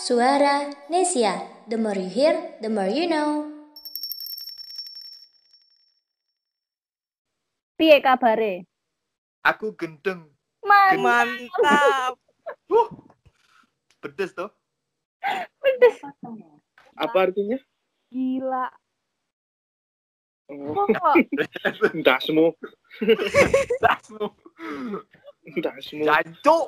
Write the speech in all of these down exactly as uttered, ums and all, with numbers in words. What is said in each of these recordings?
Suara Nesia. The more you hear, the more you know. Piye kabare? Aku gendeng. Mantap. Mantap. Huh. Pedes toh? Pedes. Apa artinya? Gila. Oh, Kok dasmu, Dasmu. dasmu. Jancuk.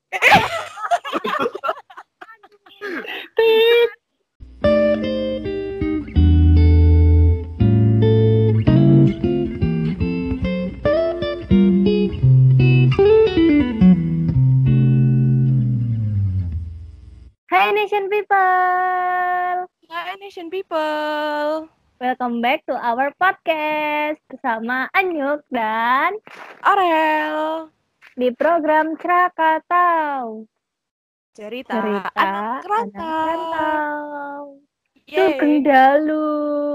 Hai Nation People. Hai Nation People. Welcome back to our podcast bersama Anyuk dan Arel. di program Krakatau. Cerita, Cerita anak rantau. anak rantau. Yeay. Sugeng dalu.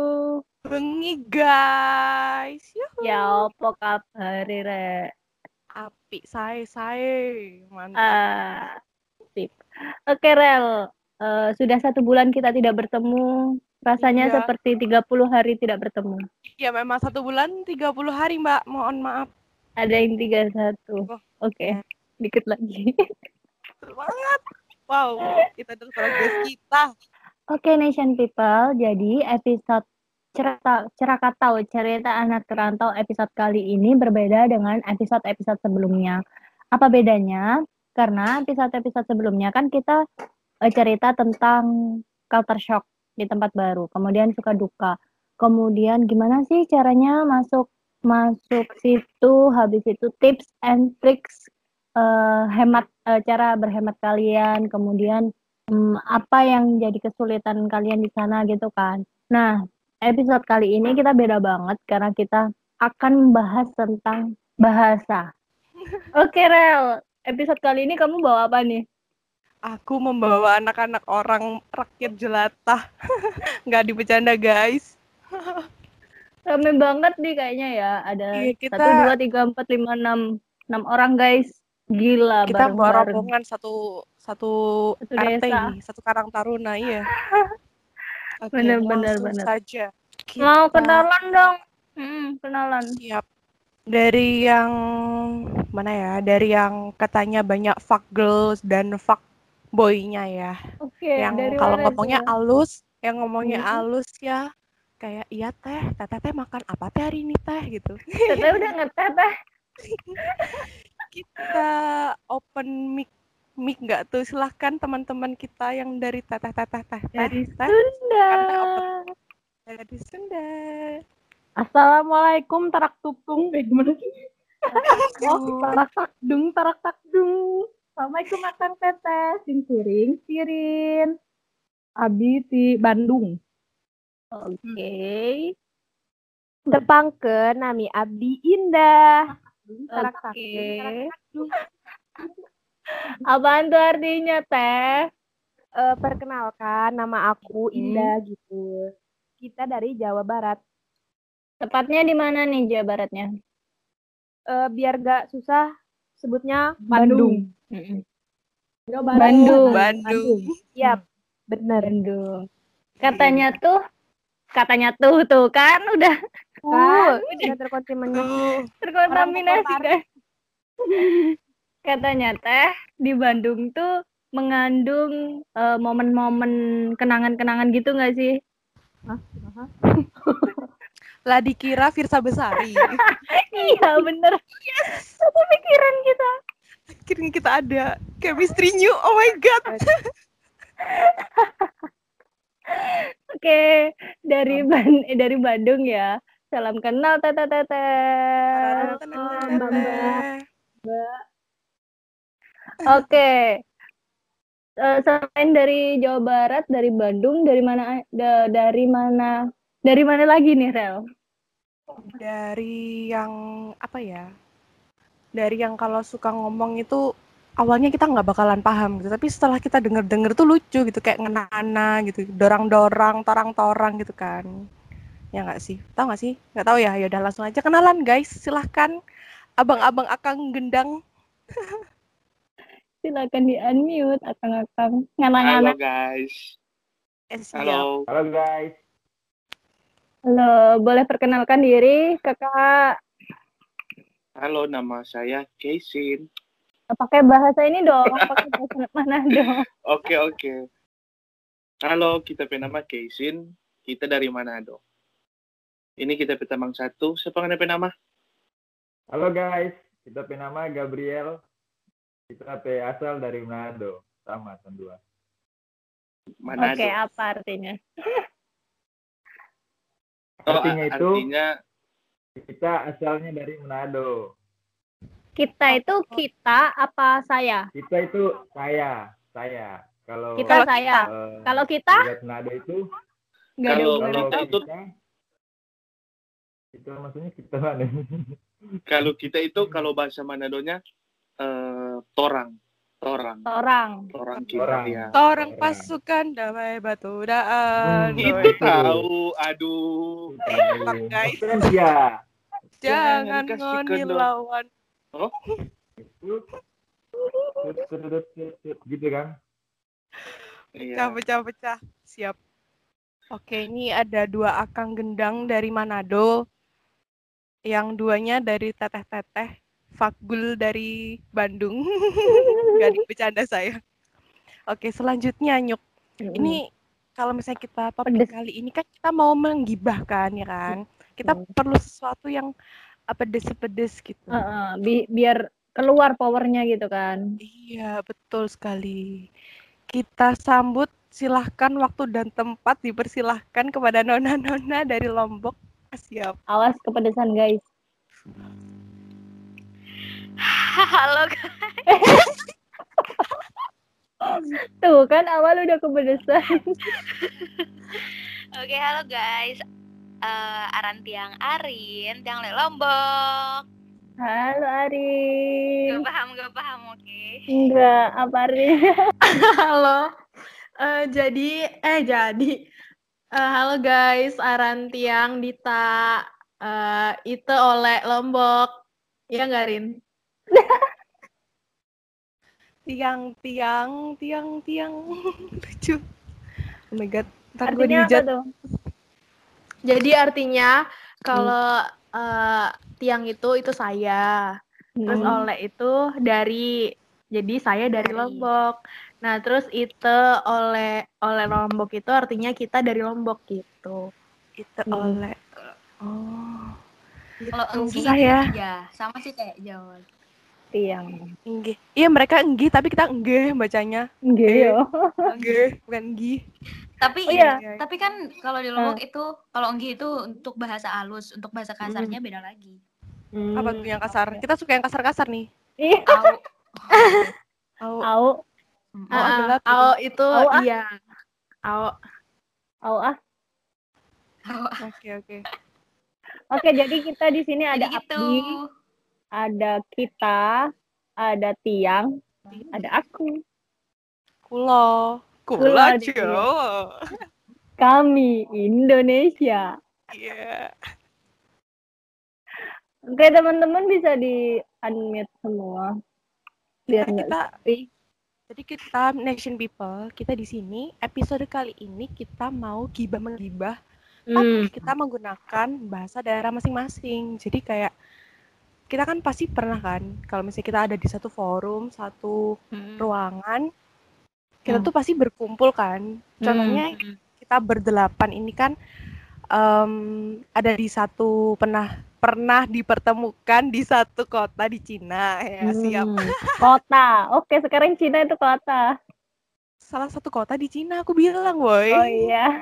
Bengi guys. Yuhu. Ya opo kabare rek? Api sae sae. Mantap. Ah, sip. Oke Rel, Eh, sudah satu bulan kita tidak bertemu. Rasanya Iya. seperti tiga puluh hari tidak bertemu. Ya memang satu bulan tiga puluh hari Mbak. Mohon maaf. Ada yang tiga puluh satu. Oh. Oke, dikit lagi. Semangat. Wow, kita terus progres kita. Oke Nation People, jadi episode cerita Cerakatau cerita anak rantau episode kali ini berbeda dengan episode-episode sebelumnya. Apa bedanya? Karena episode-episode sebelumnya kan kita eh, cerita tentang culture shock di tempat baru, kemudian suka duka, kemudian gimana sih caranya masuk masuk situ, habis itu tips and tricks eh, hemat eh, cara berhemat kalian, kemudian hmm, apa yang jadi kesulitan kalian di sana gitu kan. Nah, episode kali ini kita beda banget karena kita akan membahas tentang bahasa. Oke Rel, episode kali ini kamu bawa apa nih? Aku membawa anak-anak orang rakyat jelata. Nggak dibecanda guys. Rame banget nih kayaknya ya. Ada Iya, kita- satu, dua, tiga, empat, lima, enam, enam orang guys. Gila Kita bawa bareng-bareng. rombongan satu satu, Satu R T desa. ini, satu Karang Taruna, iya. Oke, Bener, bener, langsung bener. saja. Mau Kita kenalan dong. Hmm, kenalan. siap. Dari yang mana ya? Dari yang katanya banyak fuck girls dan fuck boy-nya ya. Oke, Yang dari kalau mana ngomongnya tuh? alus, yang ngomongnya Hmm. alus ya. Kayak iya teh, teteh teh makan apa teh hari ini teh gitu. Teteh udah ngeteh teh. Kita open mic mic nggak tuh? Silahkan teman-teman kita yang dari teteh teteh teh Dari teh Sunda. dari Sunda. Assalamualaikum tarak tukung. Eh gimana sih? Oh, tarak takdung, tarak takdung. Assalamualaikum akang teteh, sing kuring, sirin. Abi di Bandung. Oke. Tepangkeun nami Abdi Indah. Tarak Oke. takdung, tarak takdung. Apaan tuh artinya teh? Eh, perkenalkan nama aku Hmm. Indah gitu. Kita dari Jawa Barat. Tepatnya di mana nih Jawa Baratnya? Eh, biar gak susah sebutnya Bandung. Mm-mm. Jawa Barat. Bandung. Bandung. Iya, bener. Bandung. Katanya tuh, katanya tuh tuh kan udah Kan, udah terkontaminasi. Tuh, terkontaminasi Orang guys. Katanya teh di Bandung tuh mengandung eh, momen-momen kenangan-kenangan gitu nggak sih? lah dikira Firsa Besari. Iya bener. Yes. Pikiran kita. Akhirnya kita ada chemistry new. Oh my god. Oke, dari Ban eh, dari Bandung ya. Salam kenal teteh teteh. Oke. Eh, selain dari Jawa Barat, dari Bandung, dari mana da- dari mana dari mana lagi nih Rel? Dari yang apa ya? Dari yang kalau suka ngomong itu awalnya kita nggak bakalan paham gitu, tapi setelah kita denger-denger tuh lucu gitu, kayak ngena-ngena gitu, dorang-dorang, torang-torang gitu kan. Ya nggak sih? Tahu nggak sih? Nggak tahu ya? Ya udah langsung aja kenalan guys, silahkan abang-abang akang gendang. Silakan di-unmute akang-akang. Halo Ngana-ngana. guys. Eh, siap. Halo. Halo guys. Halo, boleh perkenalkan diri, Kakak. Halo, nama saya Keisin. Pakai bahasa ini dong, pakai bahasa mana dong? Oke, oke. Halo, kita penama Keisin. Kita dari Manado. Ini kita petamang satu. Siapa yang penama? Halo guys. Kita penama Gabriel. Kita pe asal dari Manado. Sama dua. Manado. Oke, apa artinya? Oh, Artinya a- itu artinya kita asalnya dari Manado. Kita itu kita apa saya? Kita itu saya, saya. Kalau Kita Kalau saya. eh, Kalau kita buat Manado itu nggak ada Kalau- hubungan kalau kita apa. itu- kita itu maksudnya kita mana? kalau kita itu kalau bahasa Manadonya eh, torang, torang, Orang. torang kita Orang. ya. Torang Orang. pasukan damai batu daan. Hmm, Itu Itu. tahu, aduh. Tembak, guys. Keren dia. Jangan Jangan kasih ngoni kendor. lawan. Itu gitu kan? Iya. Pecah-pecah. Siap. Oke, ini ada dua akang gendang dari Manado. Yang duanya dari teteh-teteh. Fakgul dari Bandung. Gak bercanda saya. Oke, selanjutnya Nyuk. Ini kalau misalnya kita topik Pedes. kali ini kan kita mau menggibahkan ya kan. Kita Hmm. perlu sesuatu yang apa pedes-pedes gitu. Heeh, bi- biar keluar powernya gitu kan. Iya, betul sekali. Kita sambut, silahkan waktu dan tempat dipersilahkan kepada nona-nona dari Lombok. Siap. Awas kepedesan guys. Halo guys. Tuh kan awal udah kepedesan. Oke, halo guys. Eh Aran Tiang Arin, Tiang Le Lombok. Halo Arin. Gak paham, gak paham, oke. Enggak, apa artinya? Halo, Eh, jadi eh jadi Eh, halo guys, Aran Tiang Dita eh Ite oleh Lombok, ya nggak Rin? Tiang, tiang, tiang, tiang. Lucu. Oh my god. Ntar gue Artinya apa dihujat. tuh? Jadi artinya kalau eh, Tiang itu itu saya, terus Hmm. oleh itu dari, jadi saya dari Dari. Lombok. Nah terus Ite oleh oleh Lombok itu artinya kita dari Lombok gitu. Itu Hmm. oleh. Oh. Kalau Enggi Susah ya. ya, sama sih kayak Jawa. Tiang. Enggih. Iya, mereka enggih tapi kita enggih bacanya. Enggak Eh. yo. Enggih, bukan enggih. Tapi Oh iya. tapi kan kalau di Lombok itu, kalau Enggi itu untuk bahasa halus, untuk bahasa kasarnya beda lagi. Apa tuh yang kasar? Kita suka yang kasar-kasar nih. Iya. Au. Au. Au, Mm. Oh, Ah, gelap gitu. Ao itu Ao, ah. iya. Ao. au ah. Au. Oke, oke. Oke, jadi kita di sini ada Jadi gitu. Abdi, ada kita, ada Tiang, ada aku. Kulo. Kulo Kulo di Jawa. Kami Indonesia. Iya. Oke, teman-teman bisa di-unmute semua. Biar Ntar nggak kita sepi. Jadi kita Nation People, kita di sini episode kali ini kita mau gibah menggibah, Hmm. tapi kita menggunakan bahasa daerah masing-masing. Jadi kayak kita kan pasti pernah kan, kalau misalnya kita ada di satu forum, satu ruangan, kita Hmm. tuh pasti berkumpul kan. Contohnya kita berdelapan ini kan em, ada di satu pernah pernah dipertemukan di satu kota di Cina ya siap. Hmm. Kota. Oke, sekarang Cina itu kota. Salah satu kota di Cina aku bilang, boy. Oh iya.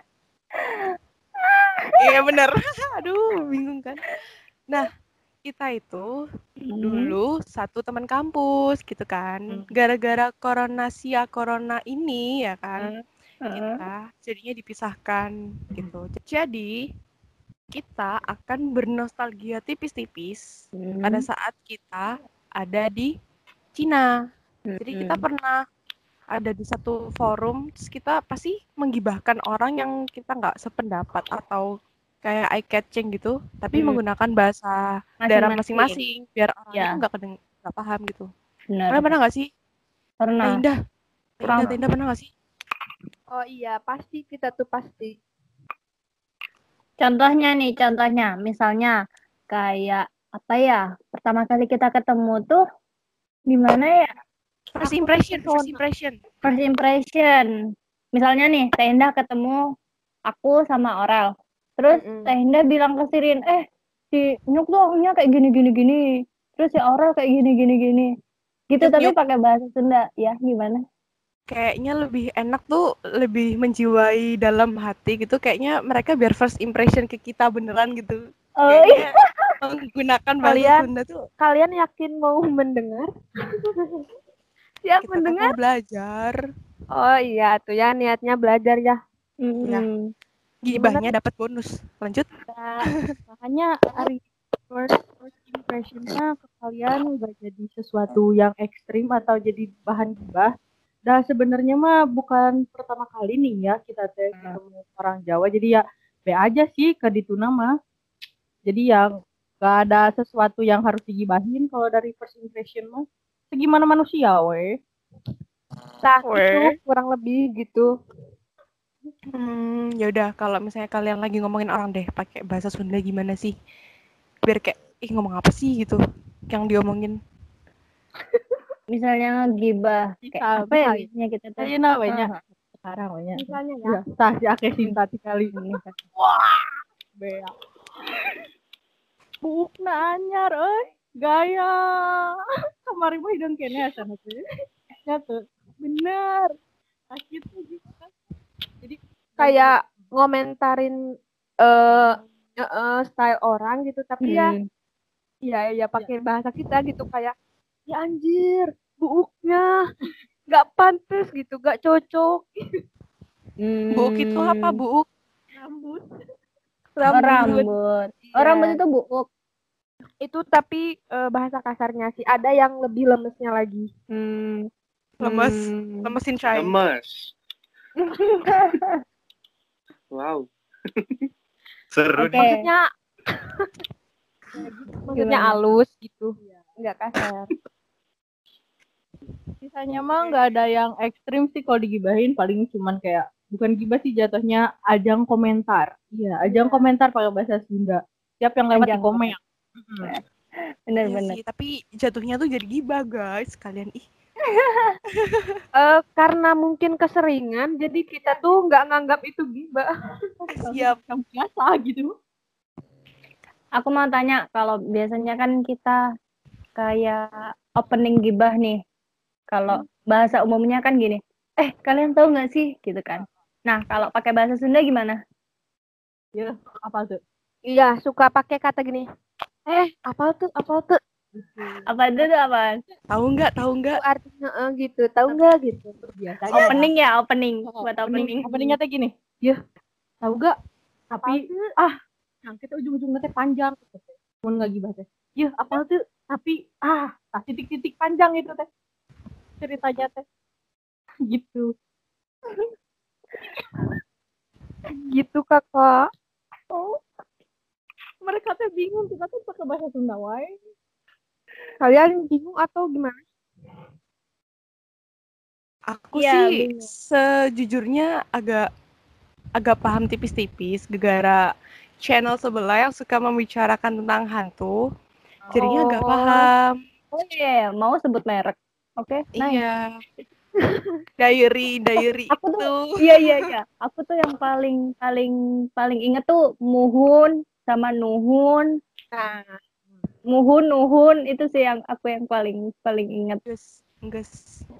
Iya bener. Aduh, bingung kan. Nah, kita itu Hmm. dulu satu teman kampus gitu kan. Gara-gara corona sia corona ini ya kan, kita jadinya dipisahkan gitu. Jadi kita akan bernostalgia tipis-tipis Hmm. pada saat kita ada di Cina. Jadi kita pernah ada di satu forum, terus kita pasti menggibahkan orang yang kita nggak sependapat atau kayak eye catching gitu, tapi Hmm. menggunakan bahasa daerah Masing-masing. masing-masing biar orangnya Ya. tuh nggak kedeng- nggak paham gitu. Benar. Kalian pernah nggak sih Pernah. Tenda. Kurang. Tenda, tenda pernah nggak sih? Oh iya, pasti kita tuh pasti. Contohnya nih, contohnya, misalnya kayak apa ya? Pertama kali kita ketemu tuh gimana ya? First impression, first impression. First impression. Misalnya nih, Tenda ketemu aku sama Oral. Terus Mm-mm. Tenda bilang ke Sirin, eh si Nyuk tuh orangnya kayak gini gini gini. Terus si Oral kayak gini gini gini. Gitu Nyuk, tapi nyuk. pakai bahasa Sunda. Ya, gimana? Kayaknya lebih enak tuh, lebih menjiwai dalam hati gitu. Kayaknya mereka biar first impression ke kita beneran gitu. Oh Kayaknya menggunakan bahasa Kalian- Sunda tuh. Kalian yakin mau mendengar? Siap Kita kan mendengar? mau belajar. Oh iya, tuh ya niatnya belajar ya. Mm-mm. Gibahnya dapat bonus. Lanjut. Nah, makanya hari first first impression-nya ke kalian udah jadi sesuatu yang ekstrim atau jadi bahan gibah. Dah sebenarnya mah bukan pertama kali nih ya kita teh ketemu orang Jawa. Jadi ya be aja sih ke dituna mah. Jadi yang gak ada sesuatu yang harus digibahin kalau dari first impression mah. Segimana manusia weh. Nah, Weh. itu kurang lebih gitu. Hmm, ya udah kalau misalnya kalian lagi ngomongin orang deh pakai bahasa Sunda gimana sih? Biar kayak ih ngomong apa sih gitu yang diomongin. Misalnya gibah. Kayak Bisa, apa ya bisa. biasanya kita tuh? Saya nawanya Ah, sekarang wehnya. Misalnya ya. Ya, sah si ake cinta kali. Bea. Buk na anyar euy. Gaya. Kamari mah hidung kene asana teh. Ya tuh. Bener. Nah, gitu juga. Jadi kayak ngomentarin eh uh, style orang gitu tapi ya Hmm. ya ya pakai bahasa kita gitu kayak ya anjir buuknya nggak pantas gitu nggak cocok Buuk itu apa, Hmm. Buuk? rambut Oh, rambut rambut. Oh, Iya. rambut itu buuk. itu tapi eh, bahasa kasarnya sih ada yang lebih lemesnya lagi. Hmm. Lemes, Hmm. lemesin Shay. Lemes. Wow. Seru Oke. nih. Maksudnya maksudnya Gimana? halus gitu nggak kasar. Sisanya mah nggak ada yang ekstrim sih kalau digibahin, paling cuman kayak bukan gibah sih jatuhnya ajang komentar. Iya, ajang komentar pakai bahasa Sunda. Siap yang lewat Ajang di komen. Bener-bener. Iya sih, tapi jatuhnya tuh jadi gibah guys. Kalian ih. Eh, karena mungkin keseringan jadi kita tuh nggak nganggap itu gibah. Siap. Yang biasa gitu. Aku mau tanya, kalau biasanya kan kita kayak opening gibah nih. Kalau bahasa umumnya kan gini, eh kalian tahu nggak sih? Gitu kan. Nah, kalau pakai bahasa Sunda gimana? Ya, apa tuh? Iya, suka pakai kata gini. Eh, apa tuh? Apa tuh? Apa itu tuh apa? Tahu nggak? Tahu nggak? Itu artinya eh, gitu. Tahu nggak gitu? Biasanya Opening ya, opening. Buat opening. openingnya teh gini. Ya, tahu gak? Tapi ah, yang kita ujung-ujungnya teh panjang. Mun nggak gibah teh. Ya, apa tuh? Tapi ah, ah, titik-titik panjang itu teh. Ceritanya teh. Gitu. Gitu kakak. Oh. Mereka teh bingung, kita tuh pakai bahasa Sunda wae. Kalian bingung atau gimana? Aku Iya, sih bingung. sejujurnya agak agak paham tipis-tipis gara channel sebelah yang suka membicarakan tentang hantu. Jadinya agak Oh. paham. Oh iya, mau sebut merek. Oke, nice. Iya. Diary, diary Aku tuh, itu. iya iya iya. Aku tuh yang paling paling paling inget tuh Muhun sama Nuhun. Nah, Muhun, Nuhun itu sih yang aku yang paling paling inget. Gus, gus.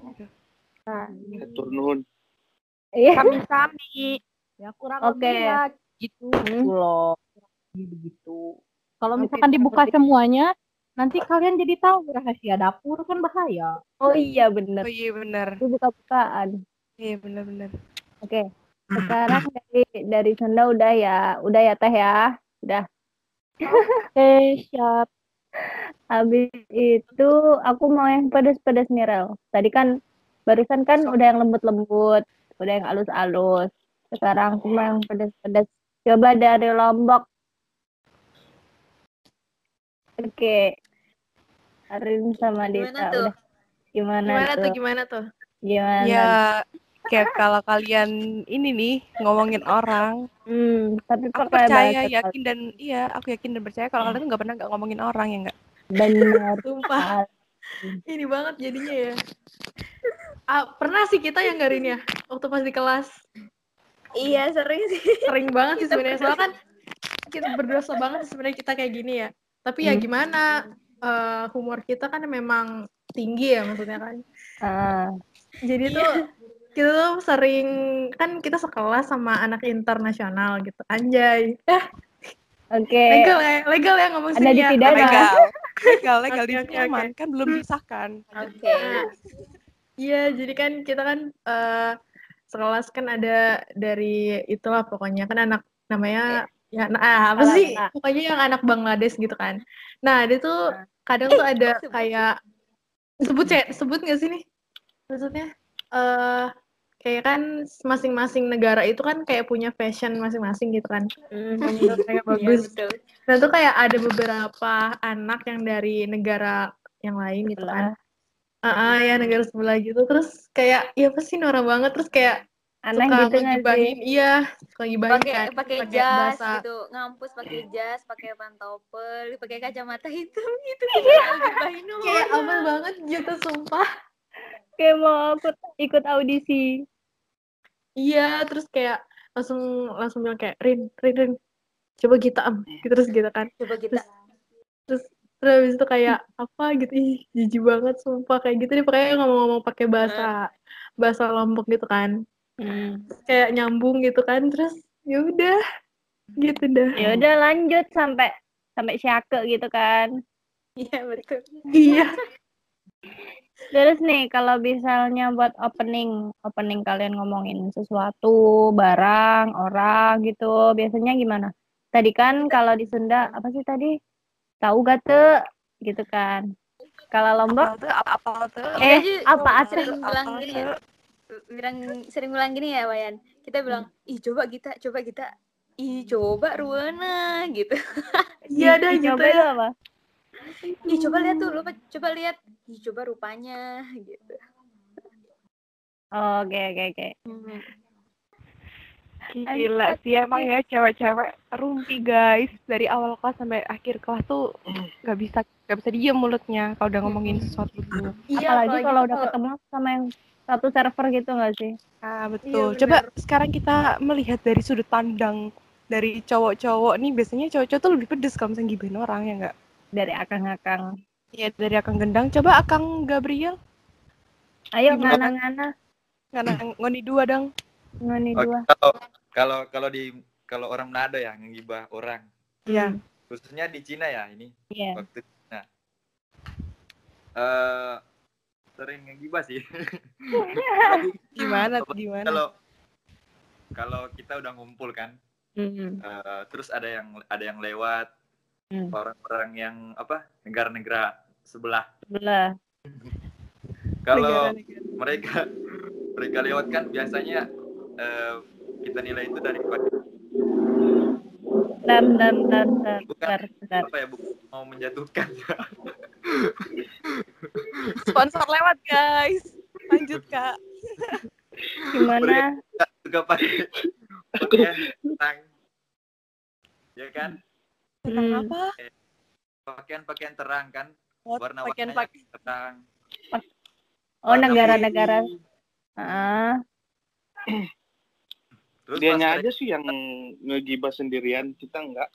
Atur nuhun. Iya. kami-kami. Ya kurang Oke. lebih ya gitu Hmm. loh. Begitu. Kalau Oke, misalkan dibuka berarti- semuanya, nanti kalian jadi tahu rahasia dapur kan bahaya. Oh iya bener. Oh iya benar. Itu buka-bukaan. Iya benar-benar. Oke. Sekarang dari dari Sunda udah ya, udah ya Teh ya. Udah. Oke, siap. Habis itu aku mau yang pedas-pedas nih Rel. Tadi kan barusan kan udah yang lembut-lembut, udah yang halus-halus. Sekarang aku mau yang pedas-pedas. Coba dari Lombok. Oke. Arin sama Dita Gimana tuh? udah. Gimana, Gimana tuh? tuh? Gimana tuh? Gimana? Ya, kayak kalau kalian ini nih ngomongin orang, Hmm, tapi aku pakai percaya, bahasa yakin dan iya, aku yakin dan percaya kalau kalian tuh nggak pernah nggak ngomongin orang ya nggak? benar. Sumpah. Ini banget jadinya ya. Ah, pernah sih kita yang garin ya waktu pas di kelas. Iya, sering sih. Sering banget sih Kita sebenarnya. pernah. Soalnya kan kita berdosa banget sih sebenarnya kita kayak gini ya. Tapi ya Hmm. gimana? eh, humor kita kan memang tinggi ya maksudnya kan. Ah, Jadi tuh kita tuh sering kan kita sekelas sama anak internasional gitu. Anjay. Eh, oke. legal ya, legal ya ngomong Ada sini di ya. pidana. Legal, legal, legal di Oke, sini oke, oke. aman kan belum disahkan. Oke. Nah, iya, jadi kan kita kan eh, sekelas kan ada dari itulah pokoknya kan anak namanya ya ah, apa Salah, sih? salah. Pokoknya yang anak Bangladesh gitu kan. Nah, dia tuh kadang tuh ada kayak sebut cek sebut nggak sih nih? Maksudnya eh kayak kan masing-masing negara itu kan kayak punya fashion masing-masing gitu kan. Hmm, Yang menurut mereka Iya, bagus. betul. Nah, tuh kayak ada beberapa anak yang dari negara yang lain gitu kan. Ah, ah, ya negara sebelah gitu. Terus kayak ya apa sih norak banget. Terus kayak Aneh suka gitu nggak sih? ngegibahin. Iya, suka ngegibahin Pakai kan. pakai Pakai jas bahasa. gitu, ngampus pakai jas, pakai pantopel, pakai kacamata hitam gitu kita gibahin Kayak orang. abal banget gitu sumpah. Kayak mau ikut ikut audisi. Iya, terus kayak langsung langsung bilang kayak Rin, Rin, Rin, coba kita am, gitu terus gitu kan. Coba kita. Terus terus habis itu kayak apa gitu, ih jijik banget sumpah kayak gitu deh pokoknya ngomong-ngomong pakai bahasa bahasa Lombok gitu kan. Hmm. Terus kayak nyambung gitu kan, terus ya udah gitu dah. Ya udah lanjut sampai sampai syake gitu kan. Iya, betul. Iya. Terus nih kalau misalnya buat opening, opening kalian ngomongin sesuatu, barang, orang gitu, biasanya gimana? Tadi kan kalau di Sunda apa sih tadi? Tahu gak tuh? Gitu kan. Kalau Lombok, Apa tuh? Apa tuh? eh Kita aja apa tuh? sering bilang gini ya. Bilang sering bilang gini ya, Wayan. Kita bilang, "Ih, coba kita, coba kita. Ih, coba Ruana." gitu. Iya dah Ih, gitu coba ya. itu apa? Ih, coba lihat tuh, lupa coba lihat. Ih, coba rupanya gitu. Oh, oke oke oke. Hmm. Gila sih emang ya cewek-cewek rumpi guys, dari awal kelas sampai akhir kelas tuh nggak bisa nggak bisa diem mulutnya kalau udah ngomongin sesuatu tuh. Iya, Apalagi kalau udah ketemu sama yang satu server gitu nggak sih? Ah betul. Iya, Coba bener. sekarang kita melihat dari sudut pandang dari cowok-cowok nih, biasanya cowok-cowok tuh lebih pedes kalau misalnya gibahin orang ya nggak? Dari akang-akang. Iya dari Akang Gendang. Coba Akang Gabriel Ayo Gimana? ngana-ngana ngana ngoni dua dong. ngoni Oke, dua. kalau kalau kalau di kalau orang Manado ya ngegibah orang, Iya. khususnya di Cina ya ini Iya. waktu Cina. Eh sering ngegibah sih. Gimana tuh gimana? Kalau kalau kita udah ngumpul kan, Hmm. eh, terus ada yang ada yang lewat Hmm. orang-orang yang apa negara-negara sebelah. Sebelah. Kalau Negara-negara. mereka mereka lewat kan biasanya eh, kita nilai itu dari Dan dan dan dan bukan dan. apa ya bu, mau menjatuhkan. Sponsor lewat guys. Lanjut Kak. Gimana? Suka pakai pakaian terang, ya kan? Tentang Hmm. apa? Pakaian-pakaian terang kan, Oh, warna-warnanya pakaian pakai. terang. Oh, Warna negara-negara. biru. Ah, Terus Dianya pas aja sih yang ngegibah sendirian, kita enggak.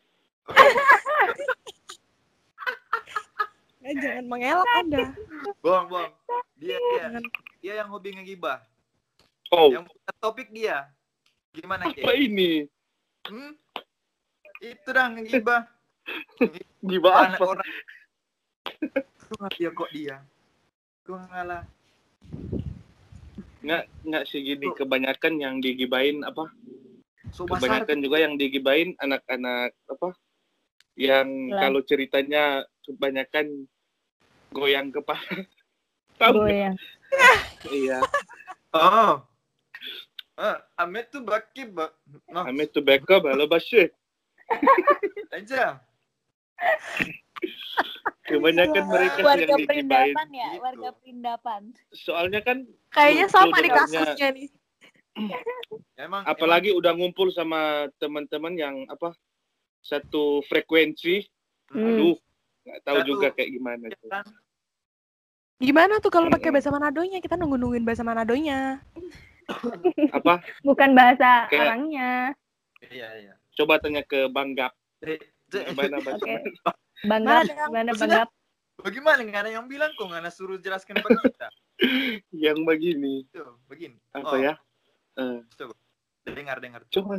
Eh, jangan mengelak Anda. bohong bohong dia dia dia yang hobi ngegibah, Oh, yang bukan topik dia. Gimana apa Ki? ini? Hmm? Itu dah ngegibah. Gibah Anak apa? orang. Kok dia kok dia? Gua ngalah. Nggak, nggak sih gini. Kebanyakan yang digibahin apa? So basar. Kebanyakan juga yang digibahin anak-anak apa? Yang Lah. kalau ceritanya kebanyakan goyang kepala. Tahu nggak? goyang. Iya. Oh. Ah, Ahmed tuh baki bak. Nah, Ahmed tuh backup, halo Bashir. aja. Kebanyakan mereka sih Warga yang digibain. perindapan ya, Gitu. warga perindapan. Soalnya kan Kayaknya lucu sama nih dengarnya. kasusnya nih. Emang Apalagi udah ngumpul sama teman-teman yang apa satu frekuensi. Hmm. Aduh, nggak tahu Satu- juga kayak gimana emang, tuh. kan? Gimana tuh kalau pakai Mm-mm. bahasa Manadonya? Kita nunggu-nungguin bahasa Manadonya. Apa? Bukan bahasa Kayak- orangnya. Iya, iya. Coba tanya ke Bang Gap. Eh, Cek, Gimana bahasa Oke. Manadonya? Banggap, Mana yang- gimana maksudnya? banggap? Bagaimana nggak ada yang bilang kok nggak ada suruh jelaskan pada kita? Yang begini. Tuh, begini. Apa Oh, ya? Eh, Dengar, dengar. coba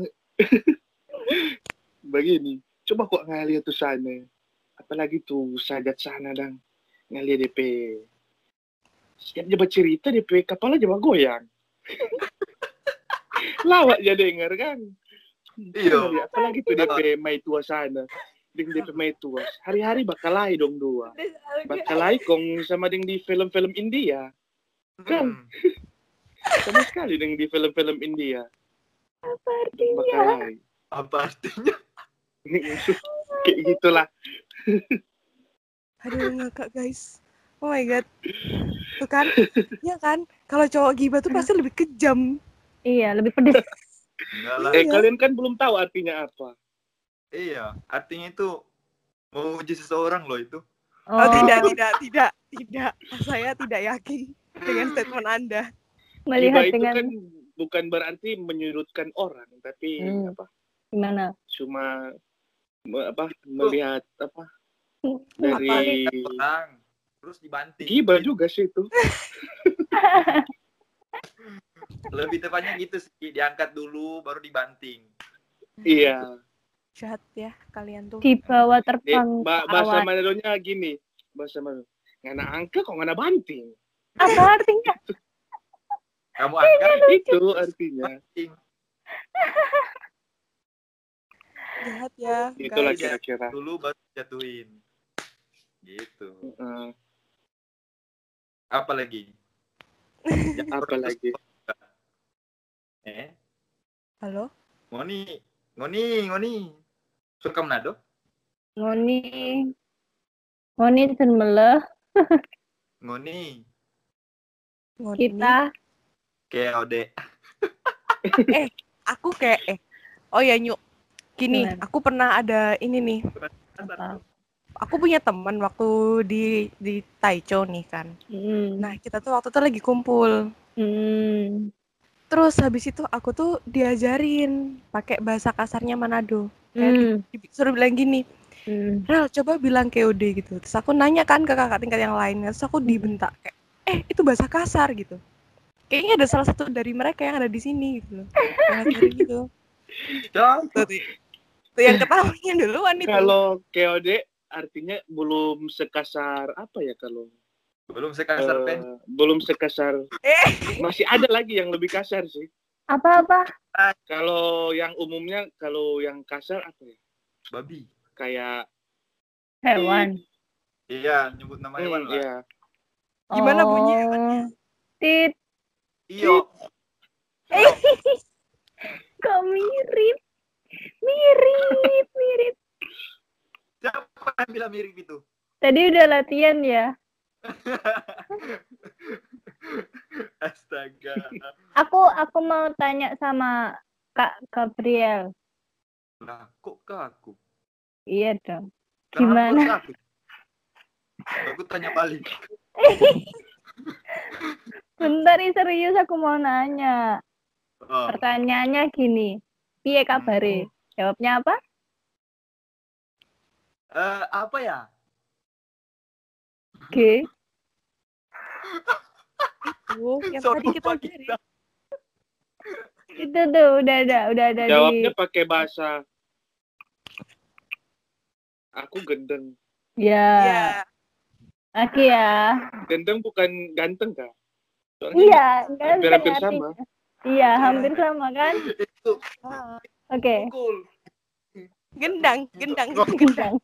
begini. Coba kok ngalir tuh sana. Apalagi tuh sajat sana dang. Ngalir D P. Setiap dia bercerita D P kepala aja goyang. Lawak aja denger kan. Iya. Apalagi tuh D P mai tua sana. Ding D P mai tua. Hari-hari bakal lai dong dua. Bakal lai kong sama ding di film-film India. Kan? Hmm. Sama sekali ding di film-film India. Apa artinya? Bakal lai. Apa artinya? Kayak gitulah. Aduh, ngakak guys. Oh my god. Tuh kan? Iya kan? Kalau cowok gibah tuh pasti lebih kejam. Iya, lebih pedes. Enggak lah. Eh kalian kan belum tahu artinya apa. Iya, artinya itu menguji seseorang loh itu. Oh, tidak, tidak, tidak, tidak. Saya tidak yakin dengan statement Anda. Melihat Gibah itu dengan kan bukan berarti menyudutkan orang, tapi Hmm. apa? gimana? Cuma me- apa? Melihat apa? Dari Orang terus dibanting. gibah juga sih itu. Lebih tepatnya gitu sih, diangkat dulu baru dibanting. Iya. Jahat ya kalian tuh. Di bawah Di, terbang ba- ke bahasa awan. Manadonya gini. Bahasa Manado. Ngana angka kok ngana banting. Apa artinya? Kamu angkat Itu artinya. banting. Jahat ya. Itulah guys. kira-kira. Dulu baru jatuhin. Gitu. Eh, Apa lagi? apa lagi? Eh, Halo? Ngoni, Ngoni, Ngoni. Suka Manado? Ngoni. Ngoni senmeleh Ngoni. Ngoni. kita. Kayak Ode. Aku kayak eh. Oh ya Nyuk. Gini, Gimana? aku pernah ada ini nih. Apa? Aku punya teman waktu di di Taicho nih kan. Hmm. Nah, kita tuh waktu itu lagi kumpul. Hmm. Terus habis itu aku tuh diajarin pakai bahasa kasarnya Manado. Kayak Hmm. di- disuruh bilang gini, Hmm. Rel, coba bilang K O D gitu. Terus aku nanya kan ke kakak tingkat yang lain. Terus aku dibentak kayak, eh itu bahasa kasar gitu. Kayaknya ada salah satu dari mereka yang ada di sini gitu loh. Yang ngajarin gitu. Tuh, tuh. Tuh yang ketawanya duluan itu. Kalau K O D artinya belum sekasar apa ya kalau Belum sekasar eh, pen. belum sekasar Eh. masih ada lagi yang lebih kasar sih. Apa-apa? Kalau yang umumnya kalau yang kasar apa ya? Babi. Kayak Hewan. Iya, nyebut nama hewan hmm, lah. ya. Gimana bunyi Oh. hewannya? Tit. Iyo. Kok mirip? Mirip, mirip. Siapa yang bilang mirip itu? Tadi udah latihan ya. Astaga. Aku aku mau tanya sama Kak Gabriel. Lah, kok ke aku? Iya dong. Kenapa Gimana? harus Aku? Aku tanya balik. Bentar nih serius aku mau nanya. Oh. Pertanyaannya gini. Piye kabare? Jawabnya apa? Eh, apa ya? G. Tuh, yang So tadi kita lupa ajarin. kita. Itu tuh udah ada, udah ada Jawabnya di. pakai bahasa aku gendeng. Ya. Iya. Lagi ya. Gendeng bukan ganteng kah? Soalnya Iya, kan hampir-hampir artinya. sama. Iya, hampir sama kan? Itu Ah, Oke. cool. gendang, gendang. Gendang.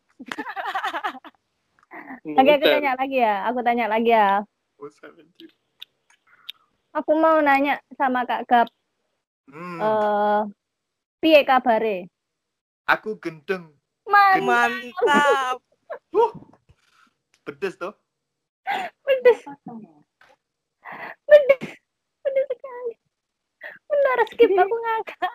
Oke, aku Muter. tanya lagi ya. Aku tanya lagi ya. Bosan, anjir. Aku mau nanya sama Kak Gap. Hmm, Eh, piye kabare? aku gendeng. Mantap. Mantap. Pedes tuh. Pedes. Pedes. Pedes sekali. Benar, skip aku ngakak.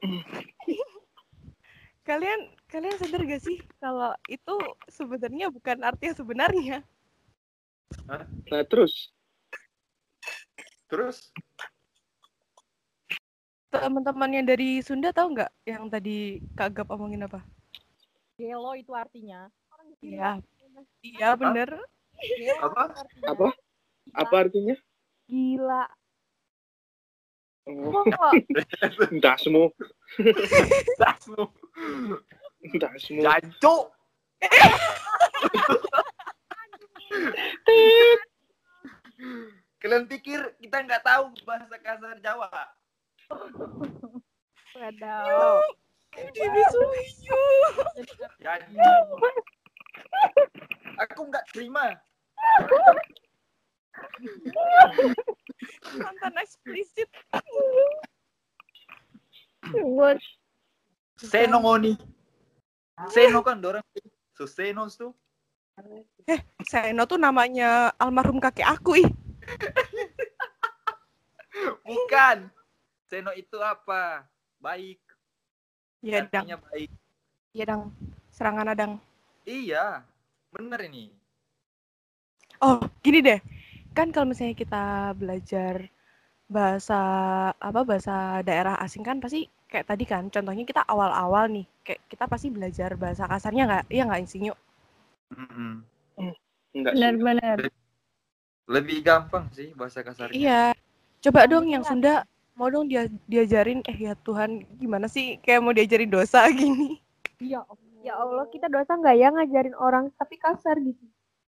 Kalian kalian sadar gak sih kalau itu sebenarnya bukan arti yang sebenarnya? Hah? Nah terus Terus Teman-teman yang dari Sunda tahu nggak yang tadi Kak Gap omongin apa? Gelo itu artinya. Iya. Iya bener. Gelo apa? itu artinya. apa? Apa artinya? Gila. Oh, Kok entah semua, Dasmu. entah semua. Jancuk. Kalian pikir kita nggak tahu bahasa kasar Jawa? Wadaw. Dibisuhiyu. Jancuk. Aku nggak terima. Konten eksplisit. Buat Seno ngoni. Seno kan dorang so Seno tuh. Eh, Seno tuh namanya almarhum kakek aku ih. Bukan. Seno itu apa? Baik. Iya, Dang. Artinya baik. Iya, Dang. Serangan Adang. Iya. Bener ini. Oh, gini deh. Kan kalau misalnya kita belajar bahasa apa bahasa daerah asing kan pasti kayak tadi kan contohnya kita awal-awal nih kayak kita pasti belajar bahasa kasarnya nggak? Iya nggak Insinyuk? Mm-mm. Enggak sih. benar-benar. Lebih gampang sih bahasa kasarnya. Iya. Coba dong yang Sunda mau dong dia diajarin eh ya Tuhan gimana sih kayak mau diajarin dosa gini. Ya Allah. Ya Allah, kita dosa nggak ya ngajarin orang tapi kasar gitu.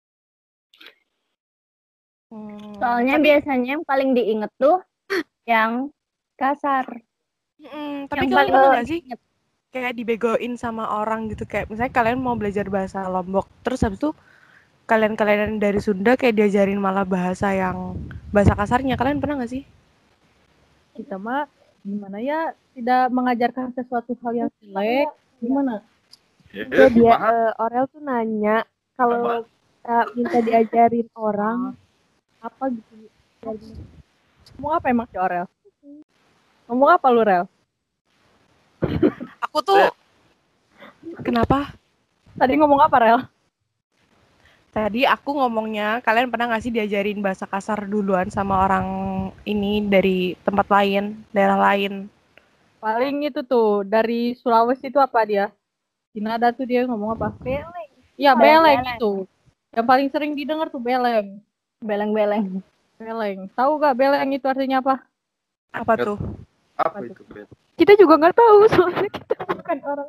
Hmm, Soalnya tapi, biasanya yang paling diinget tuh yang kasar. mm, tapi Yang kalian paling pernah nggak sih diinget. kayak dibegoin sama orang gitu kayak misalnya kalian mau belajar bahasa Lombok terus habis itu kalian-kalian dari Sunda kayak diajarin malah bahasa yang bahasa kasarnya kalian pernah nggak sih? Kita mah gimana ya tidak mengajarkan sesuatu hal yang jelek. Gimana? Ya, Jadi dia paham. eh, Orel tuh nanya kalau kita minta diajarin orang apa gitu. Diajarin. Ngomong apa emang si Orel? Ngomong apa lu, Rel? Aku tuh kenapa? Tadi ngomong apa, Rel? Tadi aku ngomongnya kalian pernah nggak sih diajarin bahasa kasar duluan sama orang ini dari tempat lain, daerah lain? Paling itu tuh dari Sulawesi itu apa dia? Di nada tuh dia ngomong apa? Beleng. Iya, Oh, beleng beleng. itu. Yang paling sering didengar tuh beleng. Beleng-beleng. Beleng. Tahu gak beleng itu artinya apa? Apa tuh? Apa itu, Bet? Kita juga nggak tahu soalnya kita bukan orang.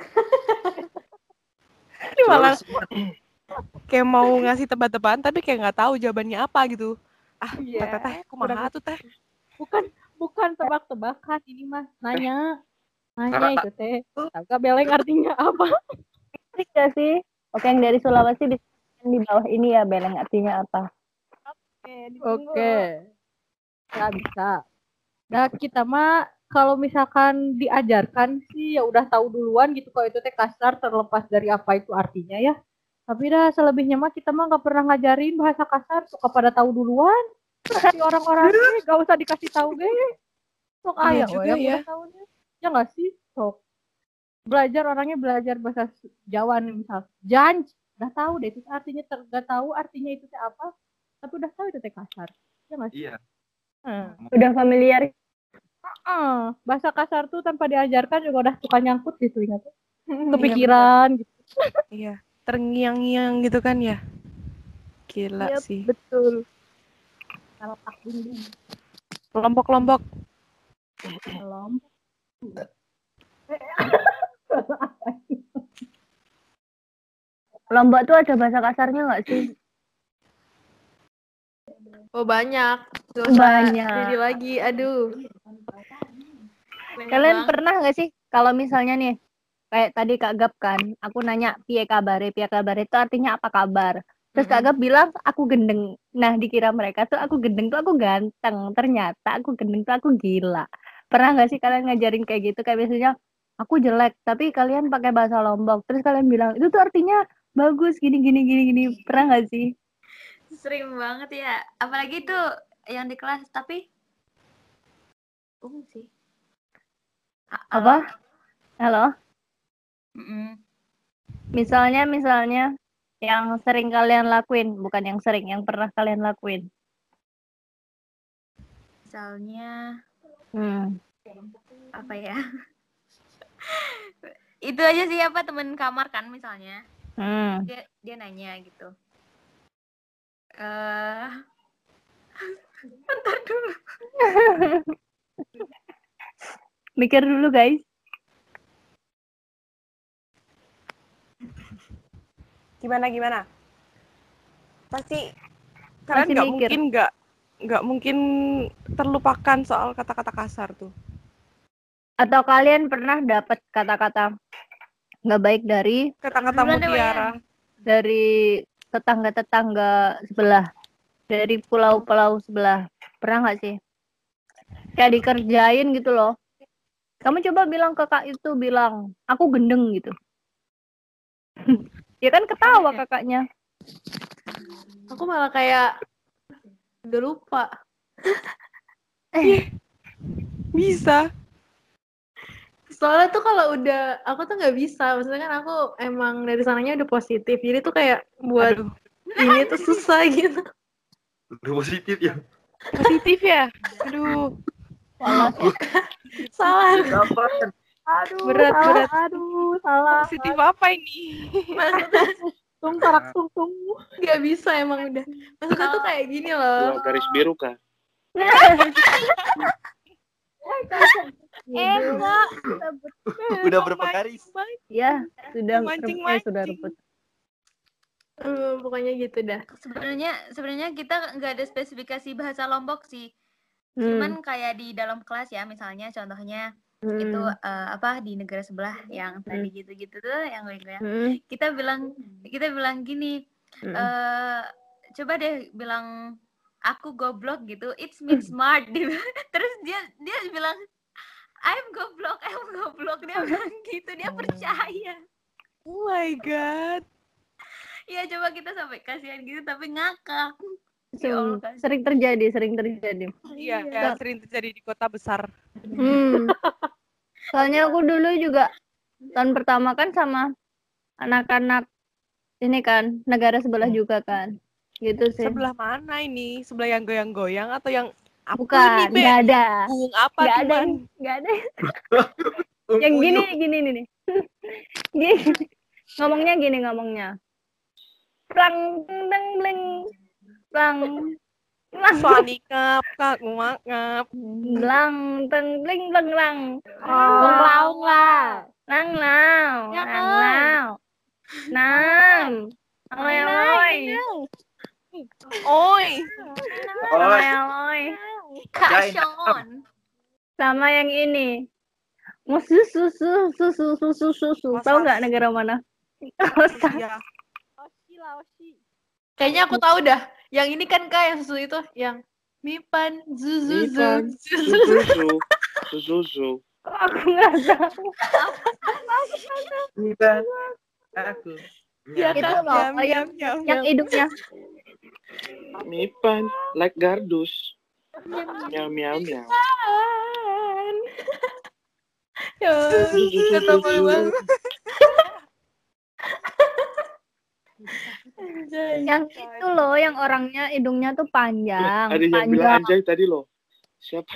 Ini malah Sulawesi. kayak mau ngasih tebak-tebakan tapi kayak nggak tahu jawabannya apa gitu. Ah, Iya. teh teh, kumaha tuh teh? Bukan bukan tebak-tebakan ini mas. Nanya. Nanya itu teh. Tahu gak beleng artinya apa? Trik gak sih? Oke, yang dari Sulawesi bisa di bawah ini ya beleng artinya apa? Oke. Ya bisa. Nah kita mah kalau misalkan diajarkan sih ya udah tahu duluan gitu kalau itu teh kasar terlepas dari apa itu artinya ya. Tapi dah selebihnya mah kita mah nggak pernah ngajarin bahasa kasar suka pada tahu duluan. Si orang-orang teh gak usah dikasih tahu deh. Sok Iya ayah juga yang ya. udah tahu deh. Ya nggak sih? Sok. Belajar orangnya belajar bahasa Jawa nih misal. Janj, udah tahu deh itu artinya ter, gak tahu artinya itu teh apa. Tapi udah tahu itu teh kasar. Ya nggak sih? Iya. Hmm. Udah familiar. Uh, bahasa kasar tuh tanpa diajarkan juga udah suka nyangkut gitu ingat tuh. Kepikiran gitu. Iya, terngiang-ngiang gitu kan ya. Gila Yep, sih. betul. Kalau tak dinding. Kelompok-kelompok. Kelompok. Lombok tuh ada bahasa kasarnya nggak sih? Oh banyak. Dosa Banyak. diri lagi. Aduh. Kalian pernah nggak sih kalau misalnya nih kayak tadi Kak Gap kan, aku nanya piye kabare, piye kabare itu artinya apa kabar? Terus Kak Gap bilang aku gendeng. Nah dikira mereka tuh aku gendeng tuh aku ganteng. Ternyata aku gendeng tuh aku gila. Pernah nggak sih kalian ngajarin kayak gitu kayak biasanya aku jelek tapi kalian pakai bahasa Lombok terus kalian bilang itu tuh artinya bagus gini gini gini gini. Pernah nggak sih? Sering banget ya. Apalagi tuh yang di kelas, tapi umum sih. A- Apa? halo? Halo? Mm-mm. Misalnya misalnya yang sering kalian lakuin, bukan yang sering, yang pernah kalian lakuin. Misalnya Hmm. apa ya? Itu aja sih, apa, temen kamar kan misalnya. Hmm. Dia dia nanya gitu. Eh, bentar dulu. Mikir dulu guys. Gimana gimana? Pasti kalian Masih nggak mikir. mungkin nggak nggak mungkin terlupakan soal kata-kata kasar tuh. Atau kalian pernah dapat kata-kata nggak baik dari Kata-kata Duluan deh, mutiara. Wayan. dari tetangga-tetangga sebelah, dari pulau-pulau sebelah. Pernah nggak sih? Kayak dikerjain gitu loh. Kamu coba bilang ke kak itu, bilang, aku gendeng gitu. Ya kan ketawa kakaknya. Aku malah kayak udah lupa. Eh, Bisa. Soalnya tuh kalau udah, aku tuh nggak bisa. Maksudnya kan aku emang dari sananya udah positif. Jadi tuh kayak buat Aduh, ini tuh susah gitu. Udah positif ya. positif ya. Aduh, salah. Salah. Kapan? Aduh, Berat, salah, berat. aduh, salah. positif apa ini? Maksudnya Tung tarak tung tung. nggak bisa emang udah. Maksudnya tuh kayak gini loh. Dua garis biru kah? Eh, enggak. Udah berapa garis? Ya, sudah Mancing, eh, sudah mancing. rebut. Eh, pokoknya gitu dah. Sebenarnya sebenarnya kita nggak ada spesifikasi bahasa Lombok sih. Hmm. Cuman kayak di dalam kelas ya, misalnya contohnya Hmm. itu eh, apa di negara sebelah yang tadi gitu-gitu tuh yang goyang-goyang. Hmm. Kita bilang kita bilang gini, Hmm. eh coba deh bilang aku goblok gitu, it's mean smart. Dia bilang. Terus dia dia bilang I'm goblok, I'm goblok, dia bilang gitu, dia percaya. Oh my god. Ya coba kita sampai kasihan gitu tapi ngakak. Se- Ya Allah, kasihan. sering terjadi, sering terjadi. Iya, Iya. ya, sering terjadi di kota besar. Hmm. Soalnya aku dulu juga tahun pertama kan sama anak-anak ini kan, negara sebelah juga kan. Gitu sih. Sebelah mana ini? Sebelah yang goyang-goyang atau yang apa Bukan, nih, Be? nggak ada. Burung apa Nggak tuh, ada, Man? nggak ada. Yang gini, gini nih nih. Gini. Ngomongnya gini ngomongnya. Plang, teng, bleng. Plang. Plang, Fani ngap, kak, ngap, ngap. blang, teng, bling, blang, lang. Oh. Ong lao lah. Lang lao. Lang lao. Nam. Aloy, aloy. Oi, Aloy, aloy. Kasion. Sama yang ini. Musuh susu susu susu susu. Tahu nggak negara mana? Osaka. iya. Oshi lah, Oshi. Kayaknya aku tahu dah. Yang ini kan Kak yang susu itu, yang Mipan Zuzuzu. Mipan. Sususu. Sususu. Kok aku nggak tahu? Bukan. Aku. Ya Itu kan? loh, Yam, oh, yang yam, yam, yang yam. hidungnya. Mipan. Like gardus. Miau, miau, miau. Ya, kata banget. Yang itu loh, yang orangnya hidungnya tuh panjang, Ada yang bilang panjang. anjay tadi loh. Siapa?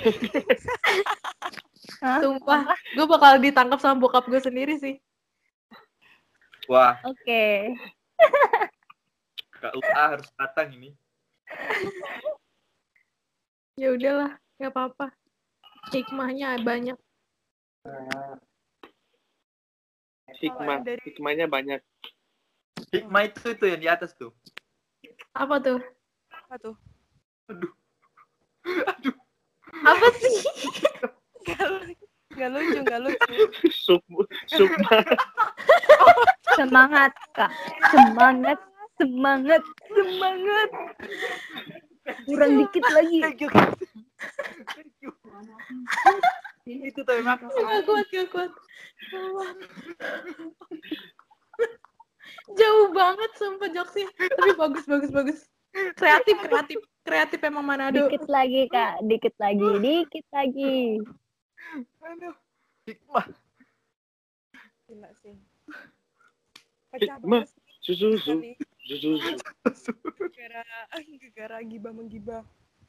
Hah? Sumpah, gue bakal ditangkap sama bokap gue sendiri sih. Wah, Oke. Kak Uta harus datang ini. Ya udahlah, nggak apa-apa. Hikmahnya banyak. Hikmah. Hikmahnya banyak. Hikmah itu itu yang di atas tuh. Apa tuh? Apa tuh? Apa sih? Gak lucu, gak lucu. Sup, sukma. Semangat, Kak. Semangat, semangat, semangat. Kurang dikit lagi. Itu tuh memang. Gak kuat, gak kuat. Jauh banget sumpah jokesnya. Tapi bagus, bagus, bagus. Kreatif, kreatif. Kreatif emang Manado. Dikit lagi, Kak. Dikit lagi. Dikit lagi. Aduh. Hikmah. Gila sih. Pecah Hikmah. banget sih. Susu, susu, Kali. susu, susu. Gara, gara gibah menggibah.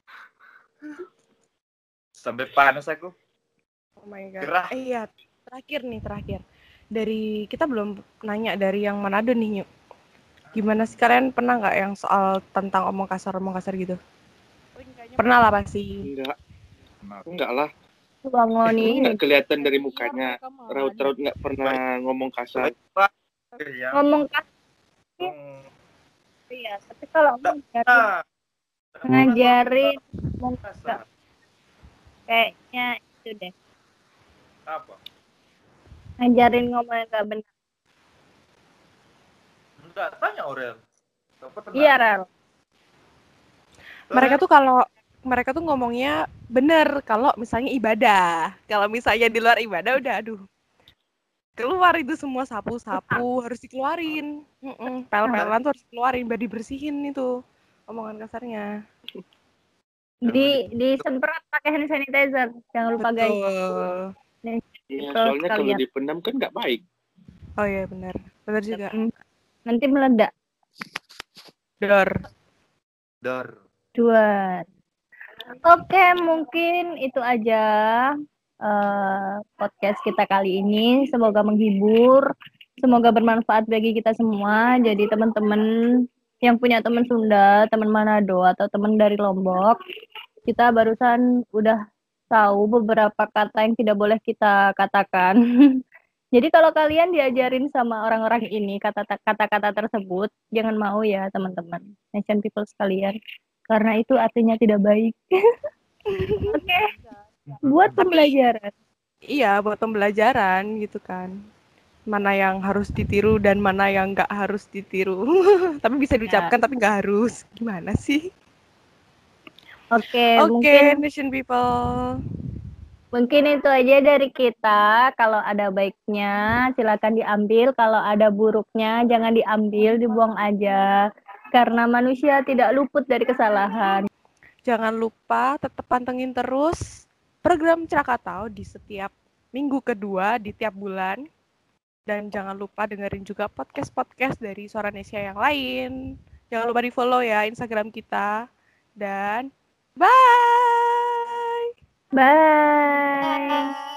Sampai panas aku. Oh my god. Gerah. Eh iya, terakhir nih, terakhir. Dari kita belum nanya dari yang Manado nih, Nyuk. Gimana sih kalian pernah nggak yang soal tentang omong kasar omong kasar gitu? Pernah lah pasti. Enggak. Enggak lah. Bangun Emang ini. nggak kelihatan dari mukanya. Raut-raut nggak pernah ngomong kasar. Iya. Ngomong kasar. Hmm. Iya, tapi kalau ngajarin, Ah, ngajarin ngomong kasar. kayaknya itu deh. Apa? Ngajarin ngomong yang gak benar. Enggak, tanya Aurel. Kau pernah? Iya, Rel. Mereka tuh kalau mereka tuh ngomongnya bener kalau misalnya ibadah. Kalau misalnya di luar ibadah udah aduh. Keluar itu semua sapu-sapu harus dikeluarin. Mm-mm, pel-pelan tuh harus dikeluarin biar dibersihin itu omongan kasarnya. Di disemprot pakai hand sanitizer. Jangan lupa guys. Betul. Ya, Betul soalnya kalau sekalian. dipendam kan nggak baik. Oh iya benar. Benar juga. Nanti meledak. Dor. Dor. Dua. Oke, mungkin itu aja eh, podcast kita kali ini. Semoga menghibur, semoga bermanfaat bagi kita semua. Jadi teman-teman yang punya teman Sunda, teman Manado, atau teman dari Lombok, kita barusan udah tahu beberapa kata yang tidak boleh kita katakan. Jadi kalau kalian diajarin sama orang-orang ini kata-kata tersebut, jangan mau ya teman-teman, nation people sekalian. Karena itu artinya tidak baik. Oke, okay. Buat pembelajaran. Iya, buat pembelajaran gitu kan. Mana yang harus ditiru dan mana yang nggak harus ditiru. Tapi bisa diucapkan ya. Tapi nggak harus. Gimana sih? Oke, okay, Oke, okay, mungkin nation people. Mungkin itu aja dari kita. Kalau ada baiknya, silakan diambil. Kalau ada buruknya, jangan diambil, dibuang aja. Karena manusia tidak luput dari kesalahan. Jangan lupa tetap pantengin terus program Krakatau di setiap minggu kedua di tiap bulan. Dan jangan lupa dengerin juga podcast-podcast dari Suara Indonesia yang lain. Jangan lupa di-follow ya Instagram kita. Dan bye! Bye!